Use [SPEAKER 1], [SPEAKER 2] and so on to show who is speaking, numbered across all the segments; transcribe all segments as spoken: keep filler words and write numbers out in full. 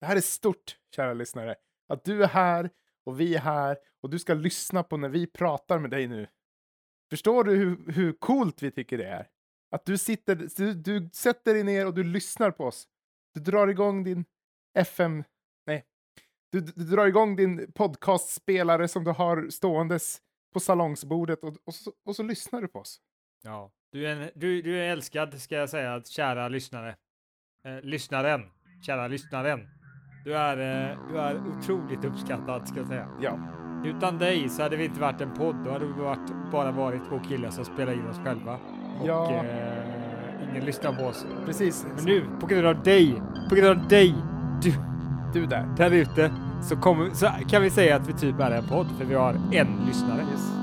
[SPEAKER 1] Det här är stort, kära lyssnare. Att du är här och vi är här och du ska lyssna på när vi pratar med dig nu. Förstår du hur, hur coolt vi tycker det är? Att du sitter, du, du sätter dig ner och du lyssnar på oss. Du drar igång din F M, nej, du, du drar igång din podcastspelare som du har ståendes på salongsbordet och, och, så, och så lyssnar du på oss.
[SPEAKER 2] Ja, du är, en, du, du är älskad ska jag säga, kära lyssnare. Eh, lyssnaren, kära lyssnaren. Du är, eh, du är otroligt uppskattad ska jag säga.
[SPEAKER 1] Ja.
[SPEAKER 2] Utan dig så hade vi inte varit en podd, då hade vi varit, bara varit två killar som spelar in oss själva. Och
[SPEAKER 1] Ja.
[SPEAKER 2] eh, ingen lyssnar på oss.
[SPEAKER 1] Precis.
[SPEAKER 2] Men nu, på grund av dig, på grund av dig, du,
[SPEAKER 1] Du där.
[SPEAKER 2] där ute, så, kommer, så kan vi säga att vi typ är en podd, för vi har en lyssnare.
[SPEAKER 1] Yes.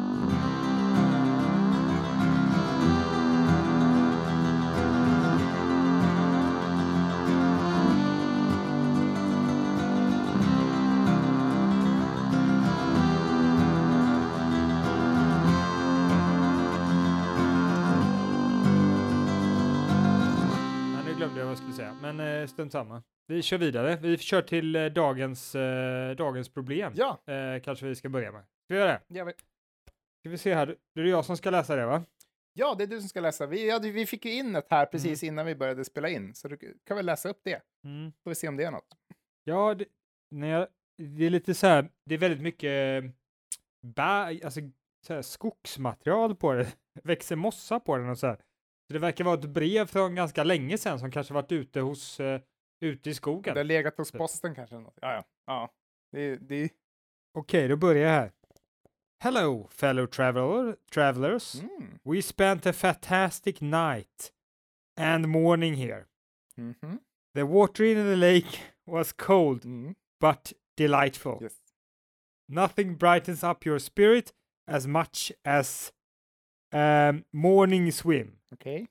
[SPEAKER 2] Glömde jag vad jag skulle säga, men eh, strunt samma. Vi kör vidare. Vi kör till eh, dagens, eh, dagens problem.
[SPEAKER 1] Ja.
[SPEAKER 2] Eh, kanske vi ska börja med. Ska vi göra det?
[SPEAKER 1] Jag vet.
[SPEAKER 2] Ska vi se här. Det är jag som ska läsa det, va?
[SPEAKER 1] Ja, det är du som ska läsa. Vi, ja, vi fick ju in ett här precis mm. innan vi började spela in, så du kan väl läsa upp det.
[SPEAKER 2] Mm.
[SPEAKER 1] Får vi se om det är något.
[SPEAKER 2] Ja, det, när jag, det är lite så här, det är väldigt mycket bär, alltså så här, skogsmaterial på det. Växer mossa på den och så här. Så det verkar vara ett brev från ganska länge sedan som kanske varit ute hos uh, ute i skogen.
[SPEAKER 1] Det har legat hos posten kanske. Ja, ja. ja. Det, det...
[SPEAKER 2] Okej, okay, då börjar jag här. Hello, fellow traveler, travelers.
[SPEAKER 1] Mm.
[SPEAKER 2] We spent a fantastic night and morning here.
[SPEAKER 1] Mm-hmm.
[SPEAKER 2] The water in the lake was cold,
[SPEAKER 1] mm.
[SPEAKER 2] but delightful.
[SPEAKER 1] Yes.
[SPEAKER 2] Nothing brightens up your spirit as much as um, morning swim.
[SPEAKER 1] Okay.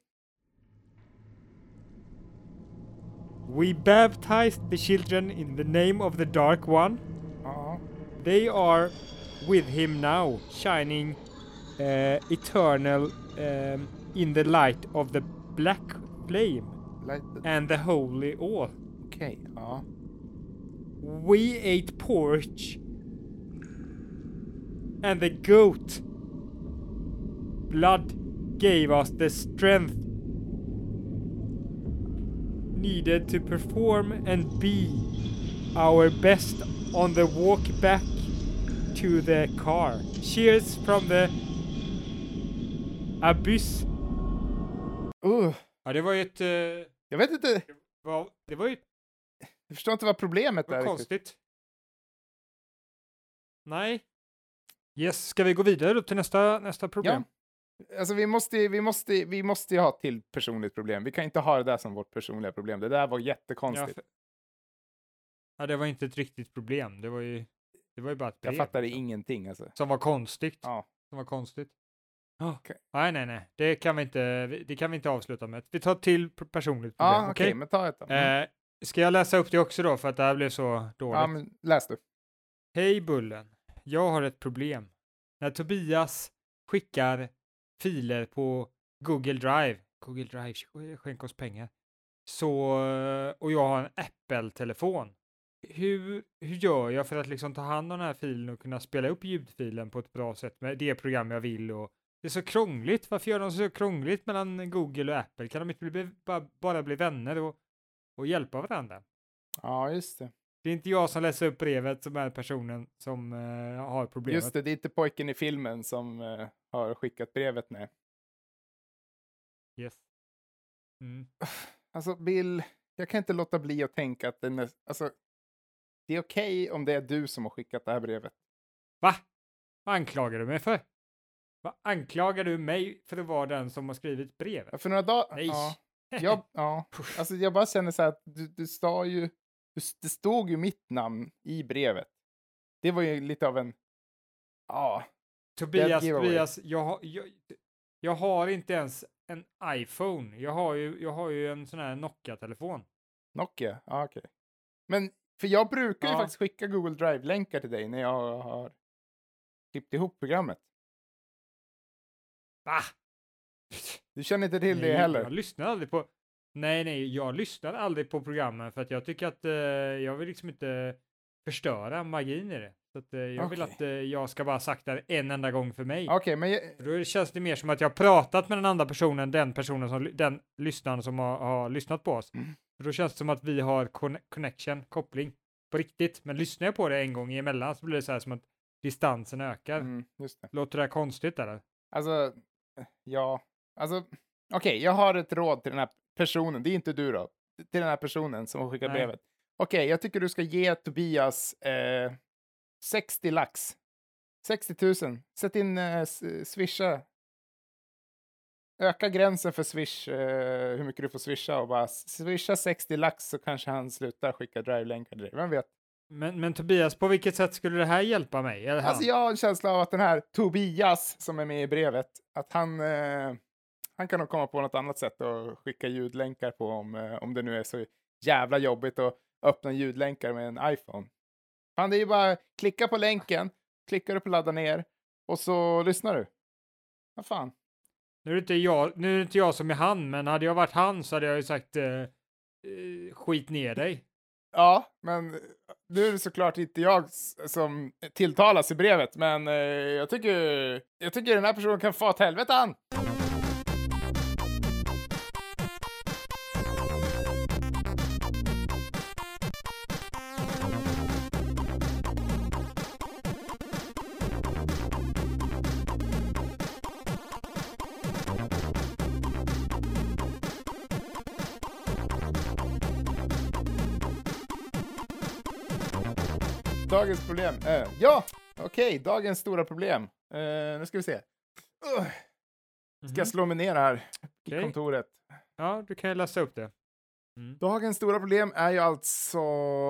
[SPEAKER 2] We baptized the children in the name of the Dark One.
[SPEAKER 1] Uh-huh.
[SPEAKER 2] They are with him now, shining uh, eternal um, in the light of the black flame
[SPEAKER 1] Light the...
[SPEAKER 2] and the holy oath.
[SPEAKER 1] Okay. Uh-huh.
[SPEAKER 2] We ate porridge and the goat blood gave us the strength needed to perform and be our best on the walk back to the car. Cheers from the abyss.
[SPEAKER 1] Uh.
[SPEAKER 2] Ja, det var ju ett... Uh,
[SPEAKER 1] jag vet inte.
[SPEAKER 2] Det var, det var ju...
[SPEAKER 1] Jag förstår inte vad problemet
[SPEAKER 2] det var
[SPEAKER 1] är.
[SPEAKER 2] Konstigt.
[SPEAKER 1] Riktigt.
[SPEAKER 2] Nej. Yes, ska vi gå vidare då till nästa, nästa problem?
[SPEAKER 1] Ja. Alltså vi måste, vi måste, vi måste ju ha till personligt problem. Vi kan inte ha det där som vårt personliga problem. Det där var jättekonstigt.
[SPEAKER 2] Ja, för... ja det var inte ett riktigt problem. Det var ju, det var ju bara ett brev.
[SPEAKER 1] Jag fattade ingenting alltså.
[SPEAKER 2] Som var konstigt.
[SPEAKER 1] Ja.
[SPEAKER 2] Som var konstigt. Oh.
[SPEAKER 1] Okay.
[SPEAKER 2] Nej, nej, nej. Det kan vi inte, det kan vi inte avsluta med. Vi tar till personligt problem.
[SPEAKER 1] Ja, okej, okay,
[SPEAKER 2] okay?
[SPEAKER 1] men ta ett då. Mm.
[SPEAKER 2] Eh, ska jag läsa upp det också då, för att det här blev så dåligt?
[SPEAKER 1] Ja, men läs du.
[SPEAKER 2] Hej Bullen. Jag har ett problem. När Tobias skickar filer på Google Drive, Google Drive, skänk oss pengar, så, och jag har en Apple-telefon. Hur, hur gör jag för att liksom ta hand om den här filen och kunna spela upp ljudfilen på ett bra sätt med det program jag vill? Och det är så krångligt. Varför gör de så krångligt mellan Google och Apple? Kan de inte bli, bara, bara bli vänner och, och hjälpa varandra?
[SPEAKER 1] Ja, just det.
[SPEAKER 2] Det är inte jag som läser upp brevet som är personen som uh, har problemet.
[SPEAKER 1] Just det, det är inte pojken i filmen som uh, har skickat brevet, nej.
[SPEAKER 2] Yes. Mm.
[SPEAKER 1] Alltså, Bill, jag kan inte låta bli att tänka att den är, alltså, det är okej okay om det är du som har skickat det här brevet.
[SPEAKER 2] Va? Vad anklagar du mig för? Vad anklagar du mig för att vara den som har skrivit brevet?
[SPEAKER 1] Ja, för några dagar...
[SPEAKER 2] Nej.
[SPEAKER 1] Ja, jag, ja. Alltså, jag bara känner så här att du, du sa ju... Det stod ju mitt namn i brevet. Det var ju lite av en... Ja.
[SPEAKER 2] Tobias, Tobias, jag har, jag, jag har inte ens en iPhone. Jag har ju, jag har ju en sån här Nokia-telefon.
[SPEAKER 1] Nokia? Ja, okej. Okay. Men, för jag brukar ju
[SPEAKER 2] ja.
[SPEAKER 1] faktiskt skicka Google Drive-länkar till dig när jag har klippt ihop programmet.
[SPEAKER 2] Va?
[SPEAKER 1] Du känner inte till
[SPEAKER 2] Nej,
[SPEAKER 1] det heller?
[SPEAKER 2] Jag lyssnar aldrig på... Nej, nej, jag lyssnar aldrig på programmen för att jag tycker att eh, jag vill liksom inte förstöra magin i det. Så att, eh, jag vill
[SPEAKER 1] Okej.
[SPEAKER 2] att eh, jag ska bara sagt det en enda gång för mig.
[SPEAKER 1] Okej, men jag,
[SPEAKER 2] För Då känns det mer som att jag har pratat med den andra personen, den personen som, den lyssnaren som har, har lyssnat på oss.
[SPEAKER 1] Mm.
[SPEAKER 2] För då känns det som att vi har con- connection, koppling, på riktigt. Men lyssnar jag på det en gång emellan så blir det så här som att distansen ökar.
[SPEAKER 1] mm, just det.
[SPEAKER 2] Låter det här konstigt eller?
[SPEAKER 1] Alltså, ja, alltså, okej, jag har ett råd till den här personen, det är inte du då, till den här personen som har skickat
[SPEAKER 2] Nej.
[SPEAKER 1] brevet. Okej, jag tycker du ska ge Tobias eh, sextio lax. sextio tusen. Sätt in eh, s- swisha. Öka gränsen för swish, eh, hur mycket du får swisha och bara swisha sextio lax så kanske han slutar skicka drive-länkar till dig. Vem vet?
[SPEAKER 2] Men, men Tobias, på vilket sätt skulle det här hjälpa mig? Eller
[SPEAKER 1] Alltså
[SPEAKER 2] han?
[SPEAKER 1] jag har en känsla av att den här Tobias som är med i brevet, att han, eh, han kan nog komma på något annat sätt att skicka ljudlänkar på om, eh, om det nu är så jävla jobbigt att öppna ljudlänkar med en iPhone. Fan, det är ju bara klicka på länken, klickar du på ladda ner och så lyssnar du. Vad fan.
[SPEAKER 2] Nu är, det inte jag, nu är det inte jag som är han, men hade jag varit han så hade jag ju sagt eh, eh, skit ner dig.
[SPEAKER 1] Ja, men nu är det såklart inte jag s- som tilltalas i brevet, men eh, jag tycker jag tycker den här personen kan få åt helvete han. Dagens problem. Eh, ja, okej, dagens stora problem. Eh, nu ska vi se. Uh, ska jag slå mig ner här i
[SPEAKER 2] Okej.
[SPEAKER 1] kontoret.
[SPEAKER 2] Ja, du kan ju läsa upp det. Mm.
[SPEAKER 1] Dagens stora problem är ju alltså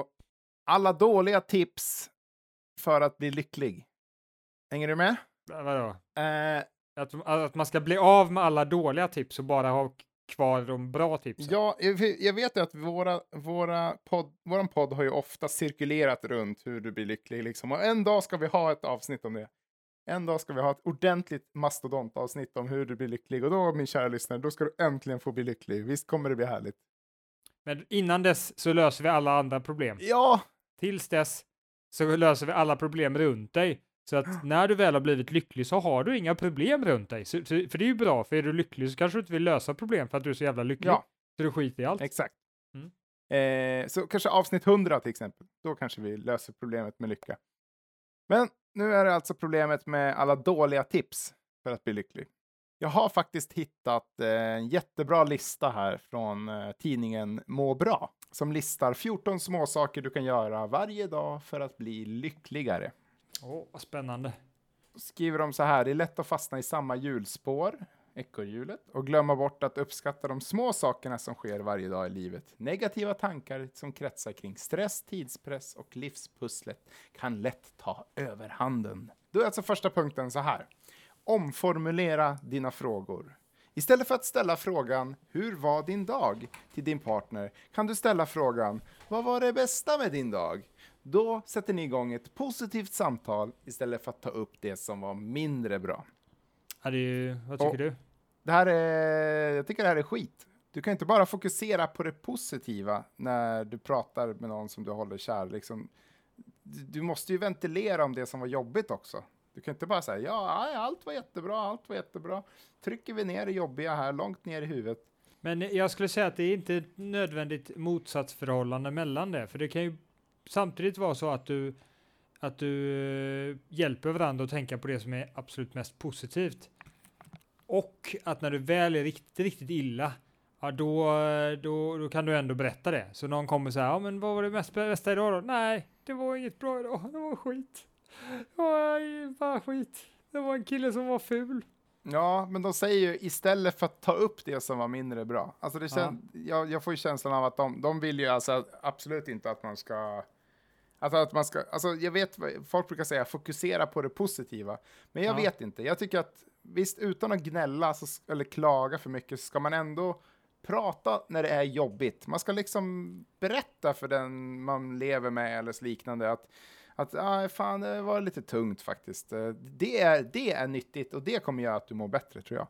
[SPEAKER 1] alla dåliga tips för att bli lycklig. Hänger du med?
[SPEAKER 2] Va- Vadå?
[SPEAKER 1] Eh,
[SPEAKER 2] Att, att man ska bli av med alla dåliga tips och bara ha kvar de bra tipsen.
[SPEAKER 1] ja, jag jag vet ju att våra, våra podd, våran podd har ju ofta cirkulerat runt hur du blir lycklig. Liksom. Och en dag ska vi ha ett avsnitt om det. En dag ska vi ha ett ordentligt mastodontavsnitt om hur du blir lycklig. Och då, min kära lyssnare, då ska du äntligen få bli lycklig. Visst kommer det bli härligt.
[SPEAKER 2] Men innan dess så löser vi alla andra problem.
[SPEAKER 1] Ja,
[SPEAKER 2] Tills dess så löser vi alla problem runt dig. Så att när du väl har blivit lycklig så har du inga problem runt dig. Så, så, för det är ju bra, för är du lycklig så kanske du inte vill lösa problem för att du är så jävla lycklig.
[SPEAKER 1] ja,
[SPEAKER 2] Så du skiter i allt.
[SPEAKER 1] exakt.
[SPEAKER 2] Mm.
[SPEAKER 1] Eh, så kanske avsnitt hundra till exempel. Då kanske vi löser problemet med lycka. Men nu är det alltså problemet med alla dåliga tips för att bli lycklig. Jag har faktiskt hittat eh, en jättebra lista här från eh, tidningen Må bra. Som listar fjorton småsaker du kan göra varje dag för att bli lyckligare.
[SPEAKER 2] Åh, vad spännande.
[SPEAKER 1] Skriver de så här: det är lätt att fastna i samma hjulspår, ekorrhjulet, och glömma bort att uppskatta de små sakerna som sker varje dag i livet. Negativa tankar som kretsar kring stress, tidspress och livspusslet kan lätt ta överhanden. Då är alltså första punkten så här: omformulera dina frågor. Istället för att ställa frågan hur var din dag till din partner kan du ställa frågan vad var det bästa med din dag? Då sätter ni igång ett positivt samtal istället för att ta upp det som var mindre bra.
[SPEAKER 2] Ja, det är ju, vad tycker
[SPEAKER 1] Och-
[SPEAKER 2] du?
[SPEAKER 1] Det här är, jag tycker det här är skit. Du kan inte bara fokusera på det positiva när du pratar med någon som du håller kär. Liksom, du, du måste ju ventilera om det som var jobbigt också. Du kan inte bara säga ja, aj, allt var jättebra, allt var jättebra. Trycker vi ner det jobbiga här, långt ner i huvudet.
[SPEAKER 2] Men jag skulle säga att det är inte ett nödvändigt motsatsförhållande mellan det. För det kan ju samtidigt vara så att du, att du eh, hjälper varandra att tänka på det som är absolut mest positivt. Och att när du väl är riktigt, riktigt illa, ja, då, då, då kan du ändå berätta det. Så någon kommer säga, ja men vad var det mest bästa idag då? Nej, det var inget bra idag, det var skit. Det var bara skit. Det var en kille som var ful.
[SPEAKER 1] Ja, men de säger ju istället för att ta upp det som var mindre bra. Alltså det kän- jag, jag får ju känslan av att de, de vill ju alltså absolut inte att man ska... Alltså att man ska... Alltså jag vet, vad- folk brukar säga fokusera på det positiva. Men jag
[SPEAKER 2] Ja.
[SPEAKER 1] vet inte. Jag tycker att visst, utan att gnälla så, s- eller klaga för mycket så ska man ändå prata när det är jobbigt. Man ska liksom berätta för den man lever med eller liknande att Att ah, fan, det var lite tungt faktiskt. Eh, Det är, det är nyttigt och det kommer göra att du mår bättre, tror jag.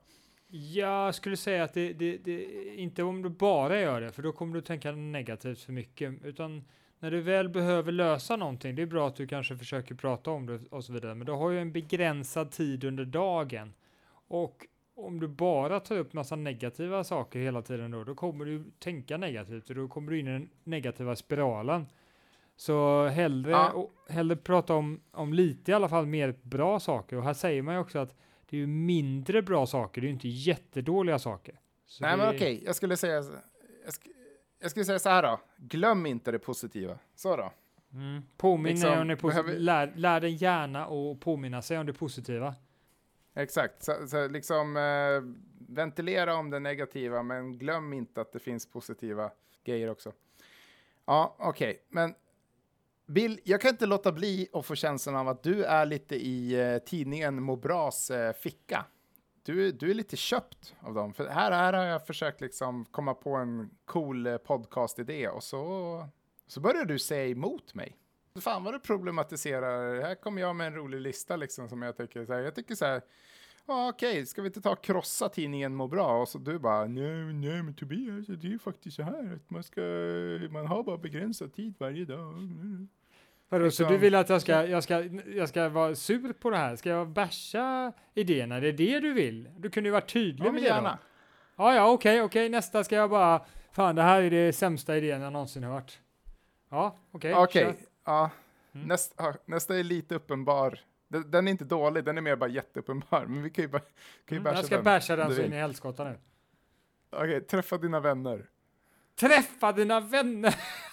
[SPEAKER 2] Jag skulle säga att det, det, det inte om du bara gör det, för då kommer du tänka negativt för mycket, utan när du väl behöver lösa någonting, det är bra att du kanske försöker prata om det och så vidare, men du har ju en begränsad tid under dagen, och om du bara tar upp massa negativa saker hela tiden då, då kommer du tänka negativt och då kommer du in i den negativa spiralen. Så hellre,
[SPEAKER 1] Ja.
[SPEAKER 2] och, hellre prata om, om lite i alla fall mer bra saker, och här säger man ju också att det är ju mindre bra saker, det är ju inte jättedåliga saker. Så
[SPEAKER 1] Nej
[SPEAKER 2] det,
[SPEAKER 1] men okej, jag skulle säga så- jag, sk- jag skulle säga så här då. Glöm inte det positiva. Så då.
[SPEAKER 2] Mm. Påminn
[SPEAKER 1] Liksom,
[SPEAKER 2] dig om det positiva.
[SPEAKER 1] behöver-
[SPEAKER 2] Lär, lär dig gärna att påminna sig om det positiva.
[SPEAKER 1] Exakt, så, så liksom eh, ventilera om det negativa, men glöm inte att det finns positiva grejer också. Ja, okej, men Bill, jag kan inte låta bli att få känslan av att du är lite i eh, tidningen Må Bras eh, ficka. Du, du är lite köpt av dem, för här, här har jag försökt liksom komma på en cool eh, podcast-idé, och så, så börjar du säga emot mig. Fan vad du problematiserar. Här kommer jag med en rolig lista liksom, som jag tycker så här, jag tycker så här, ja okej, ska vi inte ta och krossa tidningen Må Bra? Och så du bara, nej, nej men Tobias, det är ju faktiskt så här att man ska, man har bara begränsad tid varje dag.
[SPEAKER 2] Vadå,
[SPEAKER 1] Liksom-
[SPEAKER 2] så du vill att jag ska, jag, ska, jag ska vara sur på det här? Ska jag basha idéerna? Det är det du vill? Du kunde ju vara tydlig
[SPEAKER 1] Ja
[SPEAKER 2] med
[SPEAKER 1] men
[SPEAKER 2] det då.
[SPEAKER 1] gärna.
[SPEAKER 2] Ja, ja, okej, okej. Nästa ska jag bara, fan det här är det sämsta idén jag någonsin hört. Ja, okej.
[SPEAKER 1] Okej,
[SPEAKER 2] kör.
[SPEAKER 1] ja.
[SPEAKER 2] Mm.
[SPEAKER 1] Nästa, ja, nästa är lite uppenbar. Den, den är inte dålig, den är mer bara jätteuppenbar. Men vi kan ju bara, kan ju
[SPEAKER 2] Mm,
[SPEAKER 1] basha
[SPEAKER 2] jag ska
[SPEAKER 1] den.
[SPEAKER 2] basha
[SPEAKER 1] om
[SPEAKER 2] den
[SPEAKER 1] du
[SPEAKER 2] så
[SPEAKER 1] vill.
[SPEAKER 2] in i helskotta nu.
[SPEAKER 1] Okej, träffa dina vänner.
[SPEAKER 2] Träffa dina vänner!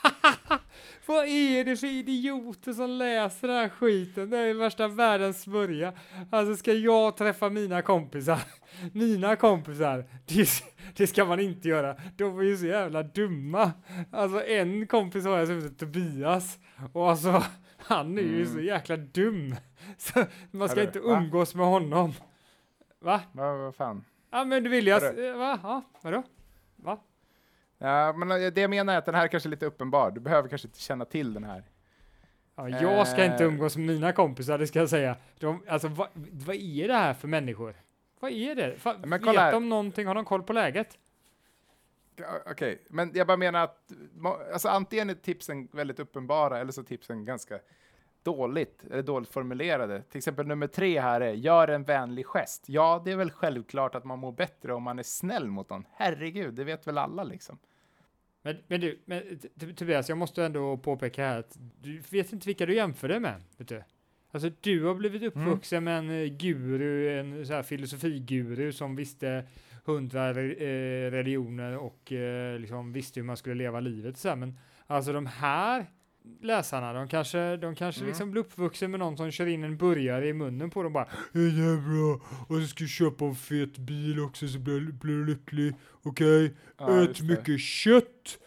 [SPEAKER 2] Vad är det för idioter som läser den här skiten? Det är värsta världens smörja. Alltså ska jag träffa mina kompisar? Mina kompisar, det, det ska man inte göra. De är ju så jävla dumma. Alltså en kompis har jag som heter Tobias. Och alltså, han är ju
[SPEAKER 1] Mm.
[SPEAKER 2] så jäkla dum. Så man ska
[SPEAKER 1] Hörru,
[SPEAKER 2] inte
[SPEAKER 1] va?
[SPEAKER 2] umgås med honom. Va?
[SPEAKER 1] Vad vad fan?
[SPEAKER 2] Ja men du vill jag...
[SPEAKER 1] Hörru.
[SPEAKER 2] Va? Ja, vadå? Va?
[SPEAKER 1] Ja, men det jag menar är att den här är kanske lite uppenbar. Du behöver kanske inte känna till den här.
[SPEAKER 2] Ja, jag ska inte
[SPEAKER 1] Eh.
[SPEAKER 2] umgås med mina kompisar, det ska jag säga. De, alltså, vad, vad är det här för människor? Vad är det? Fa,
[SPEAKER 1] Men
[SPEAKER 2] vet
[SPEAKER 1] kolla här.
[SPEAKER 2] de någonting? Har de koll på läget?
[SPEAKER 1] Ja, Okej, men jag bara menar att må- alltså, antingen är tipsen väldigt uppenbara eller så är tipsen ganska dåligt, eller dåligt formulerade. Till exempel nummer tre här är, gör en vänlig gest. Ja, det är väl självklart att man mår bättre om man är snäll mot någon. Herregud, det vet väl alla liksom.
[SPEAKER 2] Men, men du, men, T- T- Tobias, jag måste ändå påpeka här att du vet inte vilka du jämför det med. Vet du? Alltså, du har blivit uppvuxen med en eh, guru, en så här filosofiguru som visste hundra re- eh, religioner och eh, liksom visste hur man skulle leva livet. Så här. Men alltså de här läsarna, de kanske, de kanske
[SPEAKER 1] Mm.
[SPEAKER 2] liksom blir uppvuxen med någon som kör in en burgare i munnen på dem bara. Det är jävla, och så ska jag köpa en fet bil också så blir blir du lycklig. Okej,
[SPEAKER 1] Ja,
[SPEAKER 2] ät
[SPEAKER 1] just det.
[SPEAKER 2] mycket kött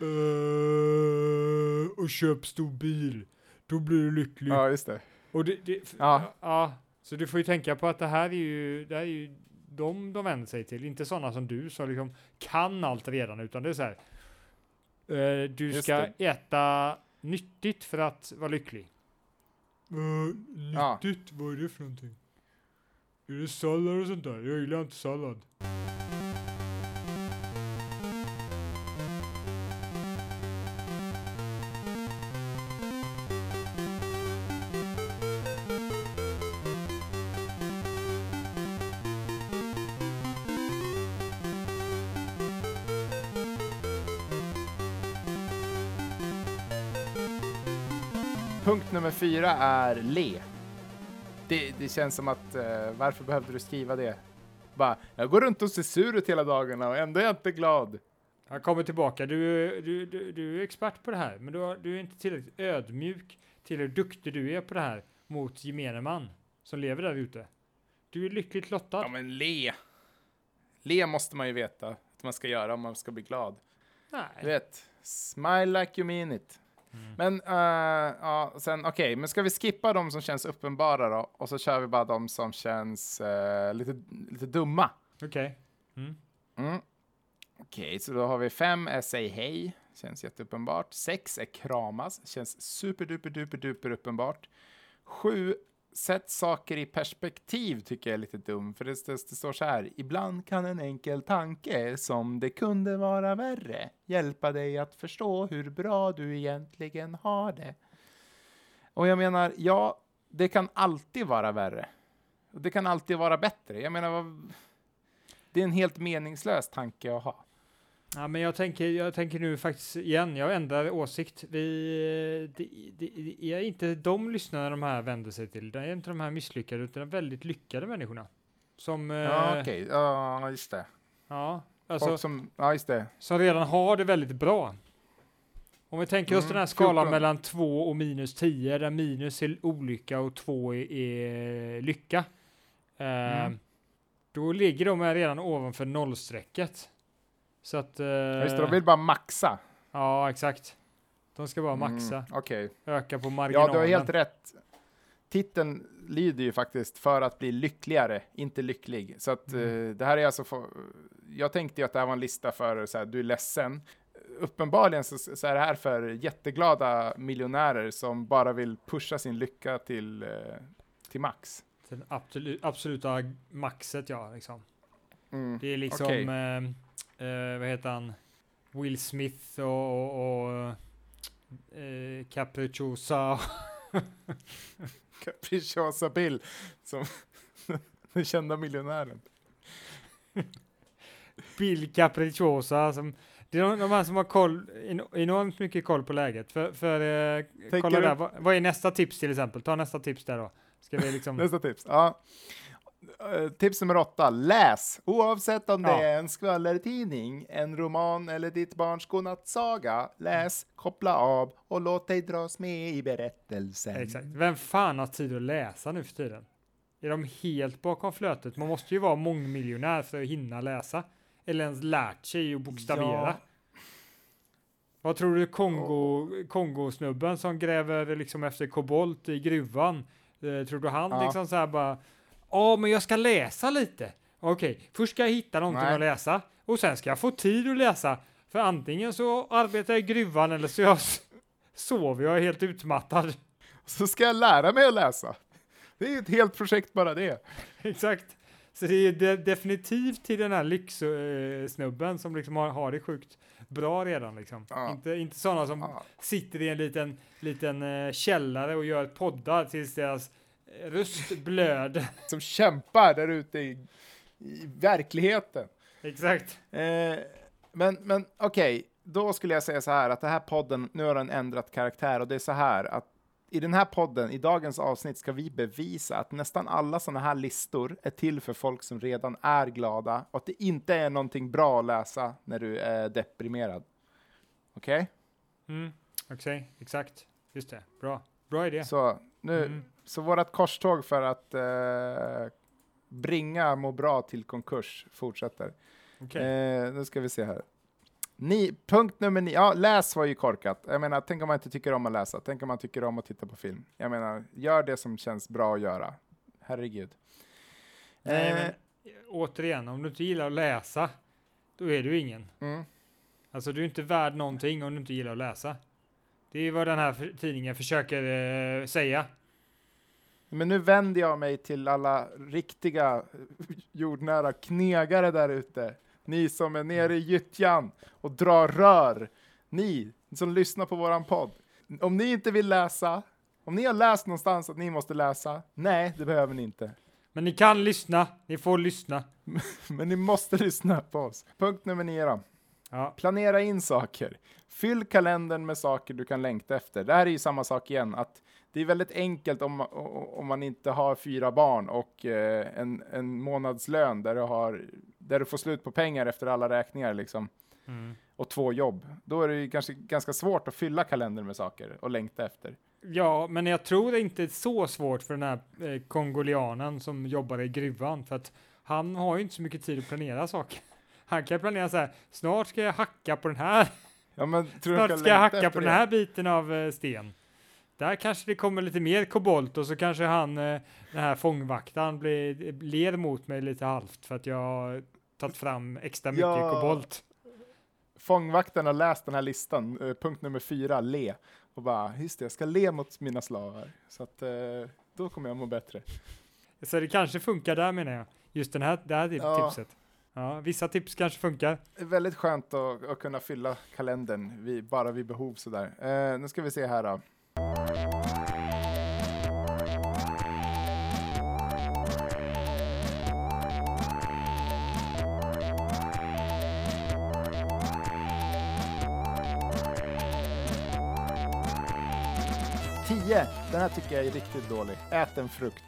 [SPEAKER 2] eh, och köp stor bil. Då blir du lycklig.
[SPEAKER 1] Ja, just det.
[SPEAKER 2] Och det, det, f-
[SPEAKER 1] Ja.
[SPEAKER 2] ja, så du får ju tänka på att det här är ju, det här är ju de de vänder sig till, inte sådana som du som liksom kan allt redan, utan det är så här. eh, du
[SPEAKER 1] Just
[SPEAKER 2] ska
[SPEAKER 1] det.
[SPEAKER 2] äta nyttigt för att vara lycklig.
[SPEAKER 1] Ja.
[SPEAKER 2] nyttigt? Vad är det för någonting? Är det sallad och sånt där? Jag gillar inte sallad.
[SPEAKER 1] Punkt nummer fyra är le. Det, det känns som att, eh, varför behövde du skriva det? Bara, jag går runt och ser sur ut hela dagarna och ändå är jag inte glad.
[SPEAKER 2] Jag kommer tillbaka. Du, är- du, du, du är expert på det här, men du, har, du är inte tillräckligt ödmjuk till hur duktig du är på det här mot gemene man som lever där ute. Du är lyckligt lottad.
[SPEAKER 1] Ja men le. Le måste man ju veta att man ska göra om man ska bli glad. Du
[SPEAKER 2] Nej.
[SPEAKER 1] vet, smile like you mean it.
[SPEAKER 2] Mm.
[SPEAKER 1] Men, uh, ja, sen, okej, men ska vi skippa de som känns uppenbara då? Och så kör vi bara de som känns eh, lite, lite dumma.
[SPEAKER 2] Okej. Mm.
[SPEAKER 1] Mm. Okej, så då har vi fem är säg hej. Känns jätteuppenbart. Sex är kramas. Känns super duper duper duper uppenbart. Sju sätt saker i perspektiv tycker jag är lite dum. För det, det, det står så här. Ibland kan en enkel tanke som det kunde vara värre hjälpa dig att förstå hur bra du egentligen har det. Och jag menar, ja, det kan alltid vara värre. Det kan alltid vara bättre. Jag menar, vad, det är en helt meningslös tanke att ha.
[SPEAKER 2] Ja, men jag tänker, jag tänker nu faktiskt igen, jag ändrar åsikt. Vi, det, det, det är inte de lyssnarna de här vänder sig till. Det är inte de här misslyckade, utan de väldigt lyckade människorna. Som,
[SPEAKER 1] Ja,
[SPEAKER 2] eh,
[SPEAKER 1] okej. Ja, just det.
[SPEAKER 2] ja, alltså,
[SPEAKER 1] Folk som, ja, just det.
[SPEAKER 2] som redan har det väldigt bra. Om vi tänker oss
[SPEAKER 1] Mm,
[SPEAKER 2] den här skalan
[SPEAKER 1] fjorton.
[SPEAKER 2] mellan två och minus tio, där minus är olycka och två är, är lycka. Eh,
[SPEAKER 1] Mm.
[SPEAKER 2] Då ligger de här redan ovanför nollstrecket. Så att... Eh,
[SPEAKER 1] Ja, just det, de vill bara maxa.
[SPEAKER 2] ja, exakt. De ska bara maxa.
[SPEAKER 1] Mm, okej.
[SPEAKER 2] Öka på marginalen.
[SPEAKER 1] Ja, du har helt rätt. Titeln lyder ju faktiskt för att bli lyckligare, inte lycklig. Så att
[SPEAKER 2] Mm.
[SPEAKER 1] eh, det här är alltså för, jag tänkte ju att det här var en lista för så här, du är ledsen. Uppenbarligen så, så är det här för jätteglada miljonärer som bara vill pusha sin lycka till, eh, till max.
[SPEAKER 2] Den absolut, absoluta maxet, ja. Liksom.
[SPEAKER 1] Mm.
[SPEAKER 2] Det är liksom,
[SPEAKER 1] Okej.
[SPEAKER 2] eh, eh, vad heter han? Will Smith och, och, och eh, Capricciosa.
[SPEAKER 1] Capricciosa Bill, som den kända miljonären.
[SPEAKER 2] Bill Capricciosa. Som, det är de, de här som har koll, en- enormt mycket koll på läget. För, för eh, kolla
[SPEAKER 1] du-
[SPEAKER 2] där, vad, vad är nästa tips till exempel? Ta nästa tips där då. Ska vi liksom...
[SPEAKER 1] Nästa tips. Ja. Eh, Tips nummer åtta. Läs. Oavsett om
[SPEAKER 2] Ja.
[SPEAKER 1] det är en skvallertidning, en roman eller ditt barns godnattsaga. Läs, koppla av och låt dig dras med i berättelsen.
[SPEAKER 2] Exakt. Vem fan har tid att läsa nu för tiden? Är de helt bakom flötet? Man måste ju vara mångmiljonär för att hinna läsa. Eller ens lärt sig att bokstavera.
[SPEAKER 1] Ja.
[SPEAKER 2] Vad tror du Kongo, Kongo-snubben som gräver liksom efter kobolt i gruvan? Eh, tror du han
[SPEAKER 1] Ja.
[SPEAKER 2] liksom så här bara, ja men jag ska läsa lite. Okej, först ska jag hitta någonting
[SPEAKER 1] Nej.
[SPEAKER 2] att läsa. Och sen ska jag få tid att läsa. För antingen så arbetar jag i gruvan eller så jag s- sover jag är helt utmattad.
[SPEAKER 1] Så ska jag lära mig att läsa. Det är ju ett helt projekt bara det.
[SPEAKER 2] Exakt. Så det är de- definitivt till den här lyxsnubben som liksom har, har det sjukt bra redan liksom.
[SPEAKER 1] Ja.
[SPEAKER 2] Inte, inte sådana som
[SPEAKER 1] Ja.
[SPEAKER 2] sitter i en liten, liten eh, källare och gör poddar tills deras eh, röst blöd.
[SPEAKER 1] Som kämpar där ute i, i verkligheten.
[SPEAKER 2] Exakt.
[SPEAKER 1] Eh, men men okej, då skulle jag säga så här att den här podden, nu har den ändrat karaktär och det är så här att i den här podden, i dagens avsnitt ska vi bevisa att nästan alla sådana här listor är till för folk som redan är glada och att det inte är någonting bra att läsa när du är deprimerad. Okej?
[SPEAKER 2] Mm. Okej, exakt. Just det. Bra. Bra idé.
[SPEAKER 1] Så nu,
[SPEAKER 2] Mm.
[SPEAKER 1] så vårat korståg för att eh, bringa må bra till konkurs fortsätter.
[SPEAKER 2] Okej.
[SPEAKER 1] Eh, nu ska vi se här. Ni, punkt nummer nio. Ja, läs var ju korkat. Jag menar, tänk om man inte tycker om att läsa. Tänk om man tycker om att titta på film. Jag menar, gör det som känns bra att göra. Herregud.
[SPEAKER 2] Nej,
[SPEAKER 1] Eh,
[SPEAKER 2] men återigen, om du inte gillar att läsa, då är du ingen.
[SPEAKER 1] mm.
[SPEAKER 2] Alltså du är inte värd någonting om du inte gillar att läsa. Det är vad den här för- tidningen försöker eh, säga.
[SPEAKER 1] Men nu vänder jag mig till alla riktiga eh, jordnära knegare där ute. Ni som är nere i gyttjan och drar rör. Ni som lyssnar på våran podd. Om ni inte vill läsa, om ni har läst någonstans att ni måste läsa, nej, det behöver ni inte.
[SPEAKER 2] Men ni kan lyssna, ni får lyssna.
[SPEAKER 1] Men ni måste lyssna på oss. Punkt nummer nio då.
[SPEAKER 2] Ja,
[SPEAKER 1] Planera in saker. Fyll kalendern med saker du kan längta efter. Det här är ju samma sak igen. Att det är väldigt enkelt om, om man inte har fyra barn och eh, en, en månadslön där du, har, där du får slut på pengar efter alla räkningar liksom,
[SPEAKER 2] mm.
[SPEAKER 1] och två jobb. Då är det ju kanske ganska svårt att fylla kalendern med saker och längta efter.
[SPEAKER 2] ja, men jag tror det inte är så svårt för den här eh, kongolianen som jobbar i gruvan. För att han har ju inte så mycket tid att planera saker. Han kan planera så här, snart ska jag hacka på den här.
[SPEAKER 1] Ja, men tror du
[SPEAKER 2] Snart
[SPEAKER 1] kan
[SPEAKER 2] ska jag
[SPEAKER 1] längta
[SPEAKER 2] hacka
[SPEAKER 1] efter
[SPEAKER 2] på
[SPEAKER 1] det?
[SPEAKER 2] den här biten av eh, sten. Där kanske det kommer lite mer kobolt och så kanske han, eh, den här fångvaktaren, blir, ler mot mig lite halvt för att jag har tagit fram extra mycket
[SPEAKER 1] Ja.
[SPEAKER 2] kobolt.
[SPEAKER 1] Fångvakten har läst den här listan, eh, punkt nummer fyra, le. Och bara, just det, jag ska le mot mina slavar. Så att, eh, då kommer jag må bättre.
[SPEAKER 2] Så det kanske funkar där menar jag. Just den här, det här
[SPEAKER 1] Ja.
[SPEAKER 2] tipset. Ja, vissa tips kanske funkar.
[SPEAKER 1] Det är väldigt skönt att, att kunna fylla kalendern vid, bara vid behov sådär. Eh, nu ska vi se här då. tio. Den här tycker jag är riktigt dålig. Ät en frukt.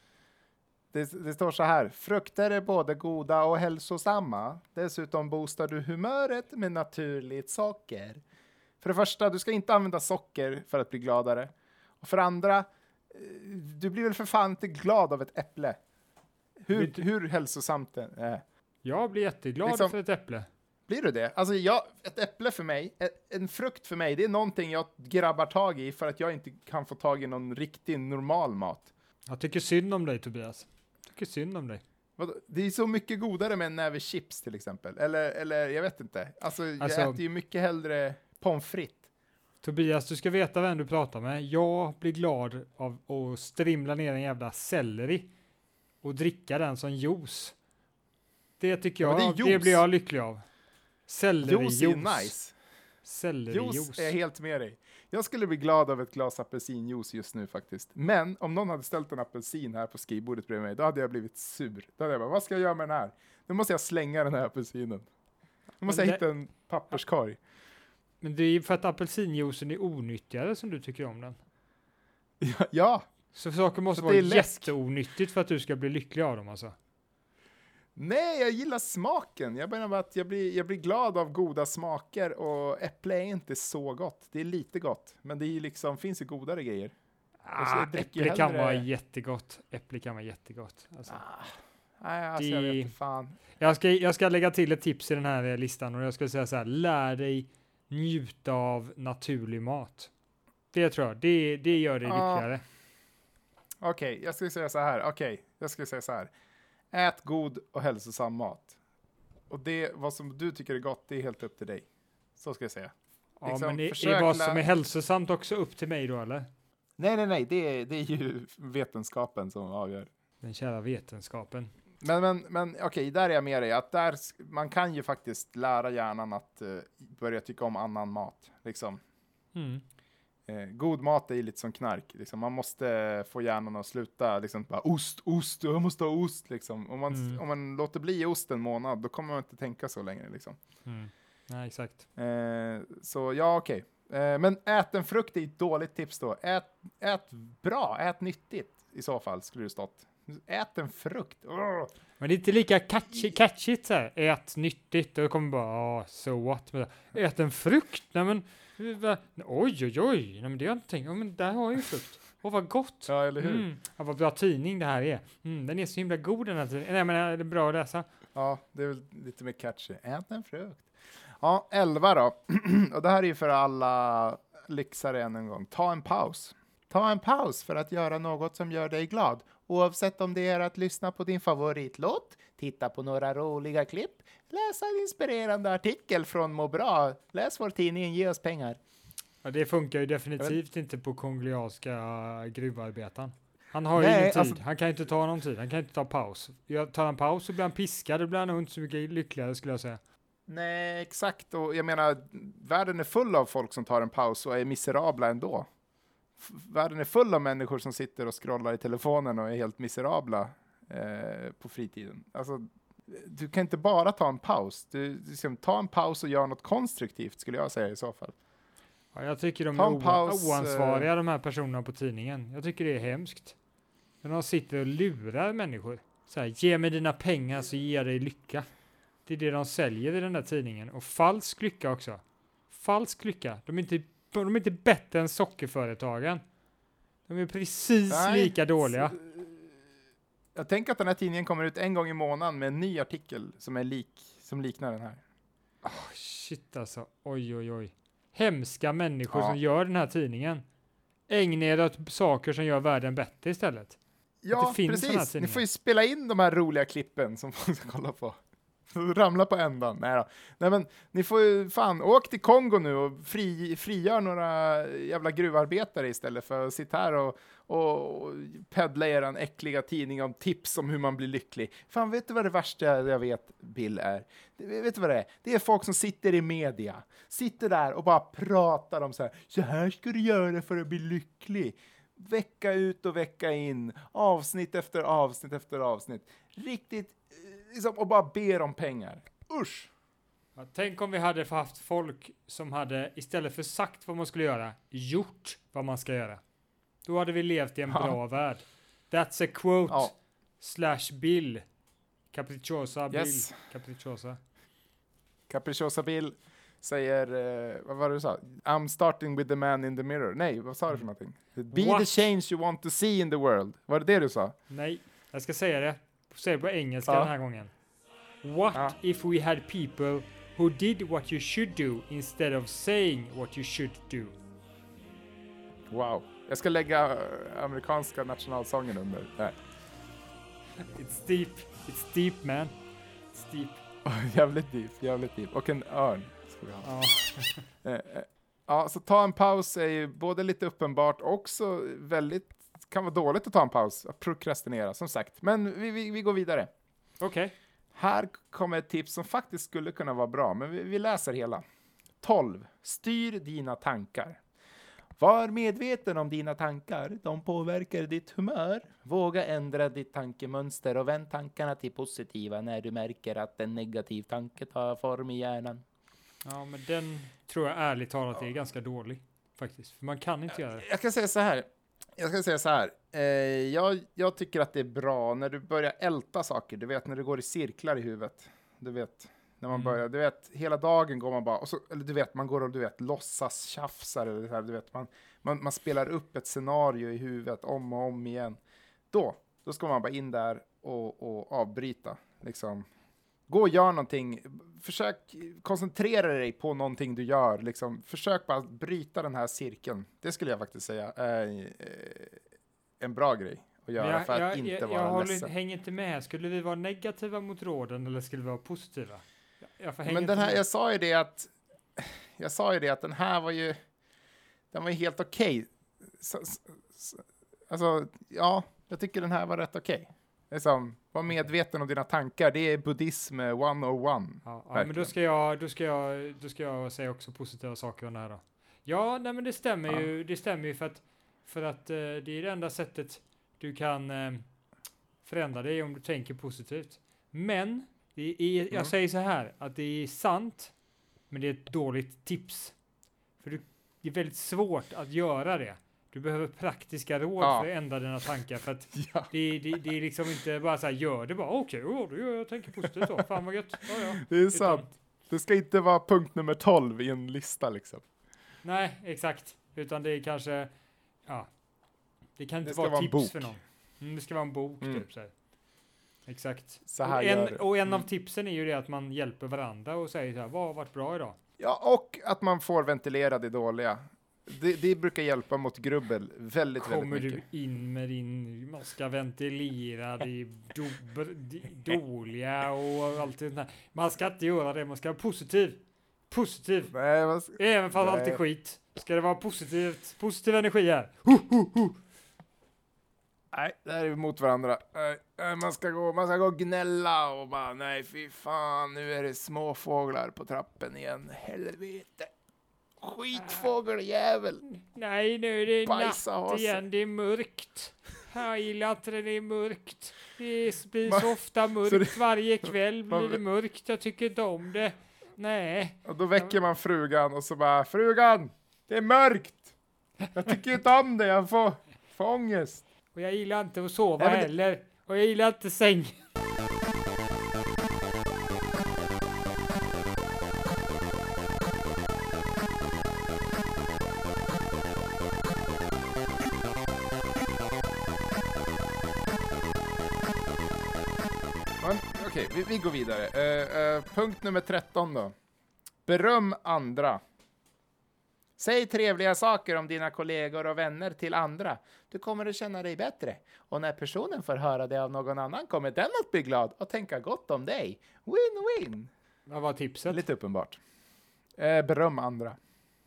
[SPEAKER 1] Det, det står så här. Frukter är både goda och hälsosamma. Dessutom boostar du humöret med naturligt socker. För det första, du ska inte använda socker för att bli gladare. Och för det andra, eh, du blir väl för fan inte glad av ett äpple. Hur,
[SPEAKER 2] Vet du-
[SPEAKER 1] hur hälsosamt det är.
[SPEAKER 2] Jag blir jätteglad
[SPEAKER 1] Liksom-
[SPEAKER 2] för ett äpple.
[SPEAKER 1] Blir du det? Alltså jag, ett äpple för mig, ett, en frukt för mig, det är någonting jag grabbar tag i för att jag inte kan få tag i någon riktig normal mat.
[SPEAKER 2] Jag tycker synd om dig Tobias. Jag tycker synd om dig.
[SPEAKER 1] Vadå? Det är så mycket godare med en näve chips till exempel. Eller, eller jag vet inte. Alltså,
[SPEAKER 2] Alltså-
[SPEAKER 1] jag äter ju mycket hellre pommes frites.
[SPEAKER 2] Tobias, du ska veta vem du pratar med. Jag blir glad av att strimla ner en jävla selleri och dricka den som juice. Det tycker
[SPEAKER 1] Ja,
[SPEAKER 2] jag,
[SPEAKER 1] men
[SPEAKER 2] det,
[SPEAKER 1] det är juice.
[SPEAKER 2] blir jag lycklig av. Sellerijuice.
[SPEAKER 1] Juice är nice.
[SPEAKER 2] Sellerijuice.
[SPEAKER 1] Juice är jag helt med dig. Jag skulle bli glad av ett glas apelsinjuice just nu faktiskt. Men om någon hade ställt en apelsin här på skrivbordet bredvid mig, då hade jag blivit sur. Då hade jag bara, vad ska jag göra med den här? Nu måste jag slänga den här apelsinen. Nu måste
[SPEAKER 2] Men
[SPEAKER 1] jag
[SPEAKER 2] det-
[SPEAKER 1] hitta en papperskorg.
[SPEAKER 2] Men det är ju för att apelsinjuicen är onyttigare som du tycker om den.
[SPEAKER 1] Ja, ja.
[SPEAKER 2] Så saker måste
[SPEAKER 1] Så
[SPEAKER 2] vara
[SPEAKER 1] det är läsk.
[SPEAKER 2] jätteonyttigt för att du ska bli lycklig av dem alltså.
[SPEAKER 1] Nej, jag gillar smaken. Jag menar bara att jag blir, jag blir glad av goda smaker och äpple är inte så gott. Det är lite gott, men det är ju liksom, finns ju godare grejer. Och så
[SPEAKER 2] Ah,
[SPEAKER 1] jag dricker ju
[SPEAKER 2] äpple kan
[SPEAKER 1] hellre-
[SPEAKER 2] vara jättegott. Äpple kan vara jättegott. Alltså.
[SPEAKER 1] Ah, nej, alltså jag
[SPEAKER 2] Det-
[SPEAKER 1] vet inte fan.
[SPEAKER 2] Jag, ska, jag ska lägga till ett tips i den här eh, listan och jag ska säga så här. Lär dig njuta av naturlig mat. Det tror jag. Det, det gör dig
[SPEAKER 1] Ja.
[SPEAKER 2] lyckligare.
[SPEAKER 1] Okej, jag skulle säga så här. Okej, jag skulle säga så här. Ät god och hälsosam mat. Och det, vad som du tycker är gott, det är helt upp till dig. Så ska jag säga.
[SPEAKER 2] Ja,
[SPEAKER 1] liksom,
[SPEAKER 2] men det
[SPEAKER 1] försök
[SPEAKER 2] är vad
[SPEAKER 1] lä-
[SPEAKER 2] som är hälsosamt också upp till mig då, eller?
[SPEAKER 1] Nej, nej, nej, det är, det är ju vetenskapen som avgör.
[SPEAKER 2] Den kära vetenskapen.
[SPEAKER 1] Men, men, men okej, där är jag med dig. Att där, sk- man kan ju faktiskt lära hjärnan att eh, börja tycka om annan mat. Liksom.
[SPEAKER 2] Mm.
[SPEAKER 1] Eh, god mat är ju lite som knark. Liksom. Man måste få hjärnan att sluta liksom, bara, ost, ost, jag måste ha ost. Liksom. Om, man,
[SPEAKER 2] Mm.
[SPEAKER 1] om man låter bli ost en månad, då kommer man inte tänka så längre. Liksom.
[SPEAKER 2] Mm. Nej, exakt.
[SPEAKER 1] Eh, så ja, okej. Eh, men ät en frukt är ett dåligt tips då. Ät, ät bra, ät nyttigt i så fall skulle det stått. Ät en frukt. Åh!
[SPEAKER 2] Men det är inte lika catchy, catchigt så här. Ät nyttigt. Och det kommer bara, ah, so what. Men, ät en frukt. Nej men, va? oj oj oj. Nej men det har jag inte tänkt. Ja, men där har jag ju frukt. Åh vad gott.
[SPEAKER 1] Ja, eller hur?
[SPEAKER 2] Mm. Ja, vad bra tidning det här är. Mm, den är så himla god den här tidningen. Nej men är det bra att läsa?
[SPEAKER 1] Ja, det är väl lite mer catchy. Ät en frukt. Ja, elva då. Och det här är ju för alla lyxare än en gång. Ta en paus. Ta en paus för att göra något som gör dig glad. Oavsett om det är att lyssna på din favoritlåt, titta på några roliga klipp, läsa en inspirerande artikel från Må bra, läs vår tidning, ge oss pengar.
[SPEAKER 2] Ja, det funkar ju definitivt inte på kongolianska gruvarbetaren. Han har ju
[SPEAKER 1] Nej,
[SPEAKER 2] ingen tid.
[SPEAKER 1] alltså-
[SPEAKER 2] Han kan ju inte ta någon tid. Han kan inte ta paus. Jag tar en paus så blir han piskad. Då blir han nog inte så mycket lyckligare skulle jag säga.
[SPEAKER 1] Nej, exakt. Och jag menar, världen är full av folk som tar en paus och är miserabla ändå. F- världen är full av människor som sitter och scrollar i telefonen och är helt miserabla eh, på fritiden. Alltså, du kan inte bara ta en paus. Du, du ska ta en paus och göra något konstruktivt, skulle jag säga i så fall.
[SPEAKER 2] Ja, jag tycker de
[SPEAKER 1] Ta
[SPEAKER 2] är
[SPEAKER 1] en
[SPEAKER 2] o-
[SPEAKER 1] paus,
[SPEAKER 2] oansvariga, de här personerna på tidningen. Jag tycker det är hemskt. När de sitter och lurar människor. Så här, ge mig dina pengar så ger jag dig lycka. Det är det de säljer i den där tidningen. Och falsk lycka också. Falsk lycka. De är inte, de är inte bättre än sockerföretagen. De är precis
[SPEAKER 1] Nej,
[SPEAKER 2] lika dåliga.
[SPEAKER 1] s- Jag tänker att den här tidningen kommer ut en gång i månaden med en ny artikel som, är lik, som liknar den här.
[SPEAKER 2] Oh, shit alltså. Oj, oj, oj. Hemska människor
[SPEAKER 1] Ja.
[SPEAKER 2] som gör den här tidningen. Ägna er åt saker som gör världen bättre istället.
[SPEAKER 1] Ja,
[SPEAKER 2] det finns såna här
[SPEAKER 1] precis. Ni
[SPEAKER 2] tidningar.
[SPEAKER 1] får ju spela in de här roliga klippen som folk ska kolla på. Ramla på ändan. Nej då. Nej men, ni får ju fan, åk till Kongo nu och fri, frigör några jävla gruvarbetare istället för att sitta här och, och peddla er en äckliga tidning om tips om hur man blir lycklig. Fan, vet du vad det värsta jag vet, Bill, är? Vet du vad det är? Det är folk som sitter i media, sitter där och bara pratar om så här, så här ska du göra för att bli lycklig. Vecka ut och vecka in, avsnitt efter avsnitt efter avsnitt. Riktigt, liksom, och bara ber om pengar. Usch!
[SPEAKER 2] Ja, tänk om vi hade haft folk som hade, istället för sagt vad man skulle göra, gjort vad man ska göra. Då hade vi levt i en
[SPEAKER 1] ja.
[SPEAKER 2] bra värld. That's a quote.
[SPEAKER 1] Ja.
[SPEAKER 2] Slash Bill. Capricciosa Bill.
[SPEAKER 1] Yes.
[SPEAKER 2] Capricciosa.
[SPEAKER 1] Capricciosa Bill säger, eh, vad var det du sa? I'm starting with the man in the mirror. Nej, vad sa du för någonting? Be
[SPEAKER 2] What?
[SPEAKER 1] the change you want to see in the world. Var det det du sa?
[SPEAKER 2] Nej, jag ska säga det. Säg på engelska
[SPEAKER 1] ja.
[SPEAKER 2] den här gången. What
[SPEAKER 1] ja.
[SPEAKER 2] if we had people who did what you should do instead of saying what you should do?
[SPEAKER 1] Wow. Jag ska lägga amerikanska nationalsången under. Nej.
[SPEAKER 2] It's deep. It's deep, man. It's deep.
[SPEAKER 1] jävligt deep, jävligt deep. Och en örn ska vi ha.
[SPEAKER 2] Ja.
[SPEAKER 1] eh, eh, ja, så ta en paus är ju både lite uppenbart också väldigt, kan vara dåligt att ta en paus, att prokrastinera som sagt. Men vi, vi, vi går vidare.
[SPEAKER 2] Okej. Okay.
[SPEAKER 1] Här kommer ett tips som faktiskt skulle kunna vara bra, men vi, vi läser hela. tolv. Styr dina tankar. Var medveten om dina tankar. De påverkar ditt humör. Våga ändra ditt tankemönster och vänd tankarna till positiva när du märker att en negativ tanke tar form i hjärnan.
[SPEAKER 2] Ja, men den tror jag ärligt talat är ganska dålig faktiskt. För man kan inte göra det.
[SPEAKER 1] Jag kan säga så här. Jag ska säga så här. Eh, jag, jag tycker att det är bra när du börjar älta saker. Du vet, när det går i cirklar i huvudet. Du vet, när man mm. börjar. Du vet, hela dagen går man bara. Och så, eller du vet, man går och du vet, låtsas tjafsar. Eller så här, du vet, man, man, man spelar upp ett scenario i huvudet om och om igen. Då, då ska man bara in där och, och avbryta. Liksom. Gå och gör någonting. Försök koncentrera dig på någonting du gör. Liksom. Försök bara bryta den här cirkeln. Det skulle jag faktiskt säga är en bra grej att göra jag, för att
[SPEAKER 2] jag,
[SPEAKER 1] inte
[SPEAKER 2] jag,
[SPEAKER 1] vara
[SPEAKER 2] jag håller,
[SPEAKER 1] ledsen.
[SPEAKER 2] hänger inte med. Skulle vi vara negativa mot råden eller skulle vi vara positiva? Jag
[SPEAKER 1] Men den här, jag sa ju det att jag sa ju det att den här var ju den var ju helt okej. Okay. Alltså, ja, jag tycker den här var rätt okej. Okay. Liksom, var medveten om dina tankar. Det är buddhism one oh one.
[SPEAKER 2] Ja, ja, men då ska, jag, då, ska jag, då ska jag säga också positiva saker om det här då. Ja, nej, men det stämmer ja. ju. Det stämmer ju för att, för att uh, det är det enda sättet du kan uh, förändra dig om du tänker positivt. Men det är, jag mm. säger så här, att det är sant, men det är ett dåligt tips. För du, det är väldigt svårt att göra det. Du behöver praktiska råd ja. för att ändra dina tankar. För att ja. det, det, det är liksom inte bara så här, gör det bara. Okej, okay, då gör jag tänker positivt då. Fan vad gött. Ja, ja.
[SPEAKER 1] Det är sant. Utan, det ska inte vara punkt nummer tolv i en lista liksom.
[SPEAKER 2] Nej, exakt. Utan det är kanske, ja. Det kan inte
[SPEAKER 1] det ska
[SPEAKER 2] vara,
[SPEAKER 1] vara
[SPEAKER 2] tips
[SPEAKER 1] en bok.
[SPEAKER 2] för någon. Mm, det ska vara en bok mm. typ så här. Exakt.
[SPEAKER 1] Så här
[SPEAKER 2] och en, och en
[SPEAKER 1] mm.
[SPEAKER 2] av tipsen är ju det att man hjälper varandra och säger så här, vad har varit bra idag?
[SPEAKER 1] Ja, och att man får ventilera det dåliga. Det, det brukar hjälpa mot grubbel väldigt,
[SPEAKER 2] Kommer
[SPEAKER 1] väldigt mycket.
[SPEAKER 2] Kommer du in med din, man ska ventilera det do, det dåliga och allt det där. Man ska inte göra det, man ska vara positiv. Positiv.
[SPEAKER 1] Nej, man ska,
[SPEAKER 2] Även fast
[SPEAKER 1] nej.
[SPEAKER 2] allt är skit. Ska det vara positivt, positiv energi här. Ho, ho, ho.
[SPEAKER 1] Nej, det här är mot varandra. Man ska gå, man ska gå och gnälla och bara, nej fy fan, nu är det små fåglar på trappen igen. Helvete. Skitfågeljävel.
[SPEAKER 2] Nej, nu är det
[SPEAKER 1] Bajsa
[SPEAKER 2] natt igen, det är mörkt. Jag gillar inte det, det är mörkt. Det blir
[SPEAKER 1] Man,
[SPEAKER 2] så ofta mörkt, så det, varje kväll blir
[SPEAKER 1] man,
[SPEAKER 2] det mörkt. Jag tycker inte om det. Nej.
[SPEAKER 1] Och då väcker man frugan och så bara, frugan, det är mörkt. Jag tycker inte om det, jag får, får ångest.
[SPEAKER 2] Och jag gillar inte att sova
[SPEAKER 1] Nej,
[SPEAKER 2] heller. Det... Och jag gillar inte säng.
[SPEAKER 1] Okej, vi, vi går vidare. Uh, uh, punkt nummer tretton då. Beröm andra. Säg trevliga saker om dina kollegor och vänner till andra. Du kommer att känna dig bättre. Och när personen får höra det av någon annan kommer den att bli glad och tänka gott om dig. Win-win!
[SPEAKER 2] Vad var tipset?
[SPEAKER 1] Lite uppenbart. Eh, beröm andra.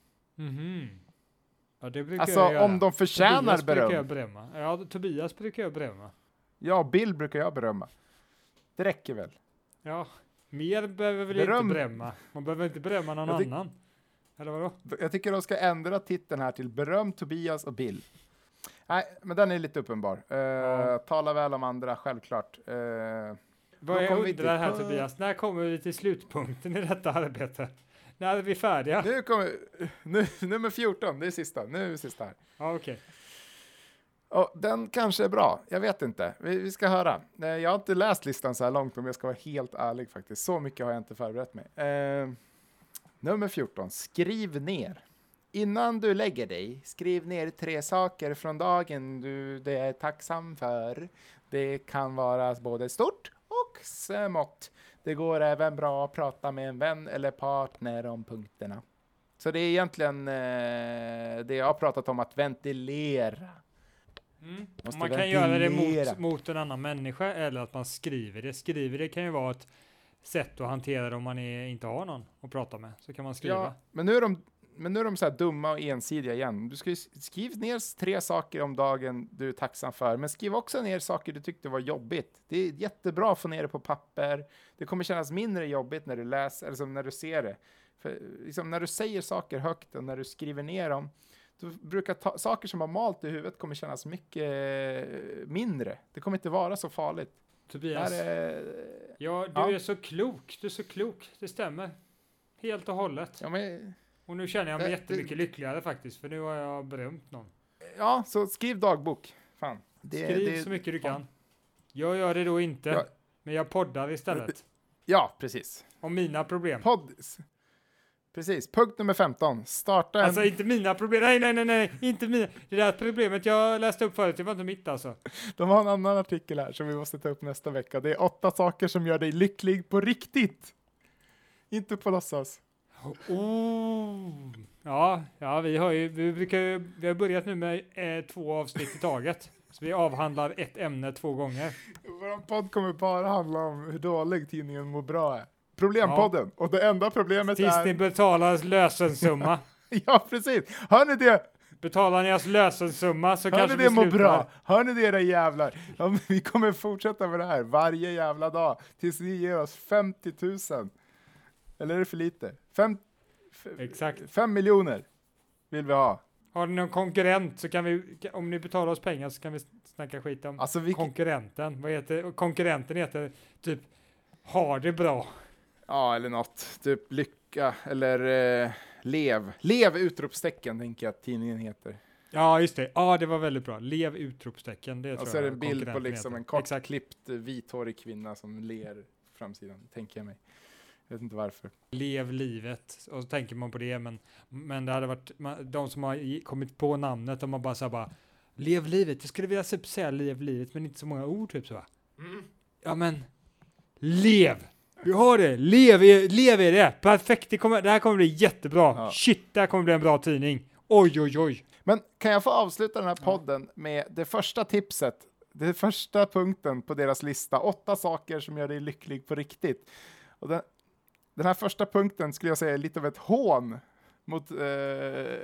[SPEAKER 2] Mhm. Ja, det brukar
[SPEAKER 1] Alltså
[SPEAKER 2] jag göra.
[SPEAKER 1] om de förtjänar
[SPEAKER 2] Tobias
[SPEAKER 1] beröm.
[SPEAKER 2] brukar jag berömma. Ja, Tobias brukar jag berömma.
[SPEAKER 1] Ja, Bill brukar jag berömma. Det räcker väl.
[SPEAKER 2] Ja, mer behöver väl
[SPEAKER 1] Beröm.
[SPEAKER 2] inte berömma. Man behöver inte berömma någon
[SPEAKER 1] Jag tyck-
[SPEAKER 2] annan. Eller vadå?
[SPEAKER 1] Jag tycker de ska ändra titeln här till beröm Tobias och Bill. Nej, men den är lite uppenbar. Uh,
[SPEAKER 2] Ja.
[SPEAKER 1] Tala väl om andra, självklart. Uh,
[SPEAKER 2] Vad
[SPEAKER 1] Då
[SPEAKER 2] jag
[SPEAKER 1] kommer vi
[SPEAKER 2] undrar här
[SPEAKER 1] till-
[SPEAKER 2] Tobias, när kommer vi till slutpunkten i detta arbete? När är vi färdiga?
[SPEAKER 1] nu kommer nu, nummer fjorton, det är sista. Nu är vi sista här.
[SPEAKER 2] Ja, okej.
[SPEAKER 1] Och den kanske är bra, jag vet inte. Vi, vi ska höra. Eh, Jag har inte läst listan så här långt om jag ska vara helt ärlig faktiskt. Så mycket har jag inte förberett mig. Eh, nummer fjorton, skriv ner. Innan du lägger dig, skriv ner tre saker från dagen du det är tacksam för. Det kan vara både stort och smått. Det går även bra att prata med en vän eller partner om punkterna. Så det är egentligen eh, det jag har pratat om, att ventilera.
[SPEAKER 2] Mm.
[SPEAKER 1] Måste
[SPEAKER 2] Man kan göra det
[SPEAKER 1] ventilera.
[SPEAKER 2] mot, mot en annan människa eller att man skriver det. Skriver det kan ju vara ett sätt att hantera det om man är, inte har någon att prata med. Så kan man skriva.
[SPEAKER 1] Ja, men nu är de, men nu är de så här dumma och ensidiga igen. Du ska ju skriv ner tre saker om dagen du är tacksam för, men skriv också ner saker du tyckte var jobbigt. Det är jättebra att få ner det på papper. Det kommer kännas mindre jobbigt när du läser, eller som när du ser det. För, liksom, när du säger saker högt och när du skriver ner dem, då brukar ta, saker som har malt i huvudet kommer kännas mycket mindre. Det kommer inte vara så farligt.
[SPEAKER 2] Tobias,
[SPEAKER 1] Det här är,
[SPEAKER 2] ja, du
[SPEAKER 1] ja.
[SPEAKER 2] är så klok. Du är så klok. Det stämmer. Helt och hållet.
[SPEAKER 1] ja, men,
[SPEAKER 2] Och nu känner jag mig
[SPEAKER 1] Det-
[SPEAKER 2] jättemycket
[SPEAKER 1] det-
[SPEAKER 2] lyckligare faktiskt. För nu har jag berömt någon.
[SPEAKER 1] ja, så skriv dagbok. Fan. Det,
[SPEAKER 2] Skriv
[SPEAKER 1] det,
[SPEAKER 2] så mycket du
[SPEAKER 1] fan.
[SPEAKER 2] kan. Jag gör det då inte.
[SPEAKER 1] Ja.
[SPEAKER 2] Men jag poddar istället.
[SPEAKER 1] Ja, precis.
[SPEAKER 2] Om mina problem.
[SPEAKER 1] Podd. Precis. Punkt nummer femton. Starta en...
[SPEAKER 2] Alltså inte mina problem. Nej, nej, nej, nej. Inte mina. Det där problemet jag läste upp förut, det var inte mitt alltså.
[SPEAKER 1] De har en annan artikel här som vi måste ta upp nästa vecka. Det är åtta saker som gör dig lycklig på riktigt. Inte på låtsas.
[SPEAKER 2] Oh. Ja, ja, vi har ju, vi brukar ju, vi har börjat nu med eh, två avsnitt i taget. Så vi avhandlar ett ämne två gånger.
[SPEAKER 1] Vår podd kommer bara handla om hur dålig tidningen Mår bra är. Problempodden. Och det enda problemet
[SPEAKER 2] Tills
[SPEAKER 1] är...
[SPEAKER 2] ni betalar lösensumma.
[SPEAKER 1] Ja, precis. Hör ni det?
[SPEAKER 2] Betalar ni oss lösensumma så
[SPEAKER 1] Hör
[SPEAKER 2] kanske
[SPEAKER 1] ni
[SPEAKER 2] vi
[SPEAKER 1] det Mår
[SPEAKER 2] slutar.
[SPEAKER 1] bra? Hör ni det era jävlar? Ja, men vi kommer fortsätta med det här varje jävla dag. Tills ni ger oss femtio tusen. Eller är det för lite? Fem... f-
[SPEAKER 2] Exakt.
[SPEAKER 1] Fem miljoner vill vi ha.
[SPEAKER 2] Har ni någon konkurrent så kan vi, om ni betalar oss pengar så kan vi snacka skit om
[SPEAKER 1] Alltså vi...
[SPEAKER 2] konkurrenten. Vad heter, konkurrenten heter typ har det bra.
[SPEAKER 1] Ja, eller något. Typ lycka, eller eh, lev. Lev utropstecken, tänker jag att tidningen heter.
[SPEAKER 2] Ja, just det. Ja, det var väldigt bra. Lev utropstecken. Det
[SPEAKER 1] Och
[SPEAKER 2] tror
[SPEAKER 1] så är det
[SPEAKER 2] jag
[SPEAKER 1] en bild på
[SPEAKER 2] konkurrenten
[SPEAKER 1] liksom
[SPEAKER 2] heter.
[SPEAKER 1] en kort
[SPEAKER 2] Exakt.
[SPEAKER 1] klippt eh, vithårig kvinna som ler på framsidan, tänker jag mig. Jag vet inte varför.
[SPEAKER 2] Lev livet. Och så tänker man på det, men, men det hade varit, man, de som har i- kommit på namnet, de har bara så här bara, lev livet. Jag skulle vilja typ säga lev livet, men inte så många ord typ så va? Ja, men lev! Vi har det! Lev är, lev är det! Perfekt! Det, kommer, det här kommer bli jättebra!
[SPEAKER 1] Ja.
[SPEAKER 2] Shit, det här kommer bli en bra tidning! Oj, oj, oj!
[SPEAKER 1] Men kan jag få avsluta den här podden med det första tipset? Det första punkten på deras lista. Åtta saker som gör dig lycklig på riktigt. Och den, den här första punkten skulle jag säga är lite av ett hån mot, eh,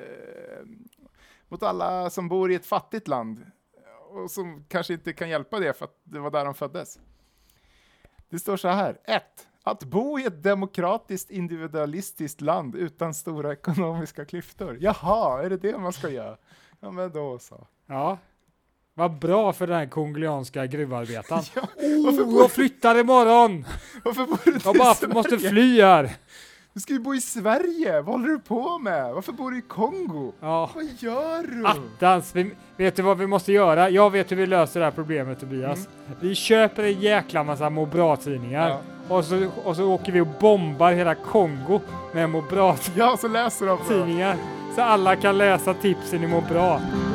[SPEAKER 1] mot alla som bor i ett fattigt land. Och som kanske inte kan hjälpa det för att det var där de föddes. Det står så här. ett. Att bo i ett demokratiskt individualistiskt land utan stora ekonomiska klyftor. Jaha, är det det man ska göra? Ja, men då så.
[SPEAKER 2] Ja. Vad bra för den här kongolianska gruvarbetaren.
[SPEAKER 1] Ja, varför,
[SPEAKER 2] Oh,
[SPEAKER 1] bor,
[SPEAKER 2] jag flyttar imorgon!
[SPEAKER 1] varför bor du inte
[SPEAKER 2] Jag
[SPEAKER 1] i
[SPEAKER 2] bara
[SPEAKER 1] Sverige?
[SPEAKER 2] måste fly här!
[SPEAKER 1] Du ska ju bo i Sverige. Vad håller du på med? Varför bor du i Kongo?
[SPEAKER 2] Ja.
[SPEAKER 1] Vad gör du?
[SPEAKER 2] Attans, vi, vet du vad vi måste göra? Jag vet hur vi löser det här problemet, Tobias. Vi köper en jäkla massa må bra-tidningar.
[SPEAKER 1] Ja.
[SPEAKER 2] Och, så, och så åker vi och bombar hela Kongo med må bra-tidningar.
[SPEAKER 1] Ja, så läser de.
[SPEAKER 2] Så alla kan läsa tipsen i må bra.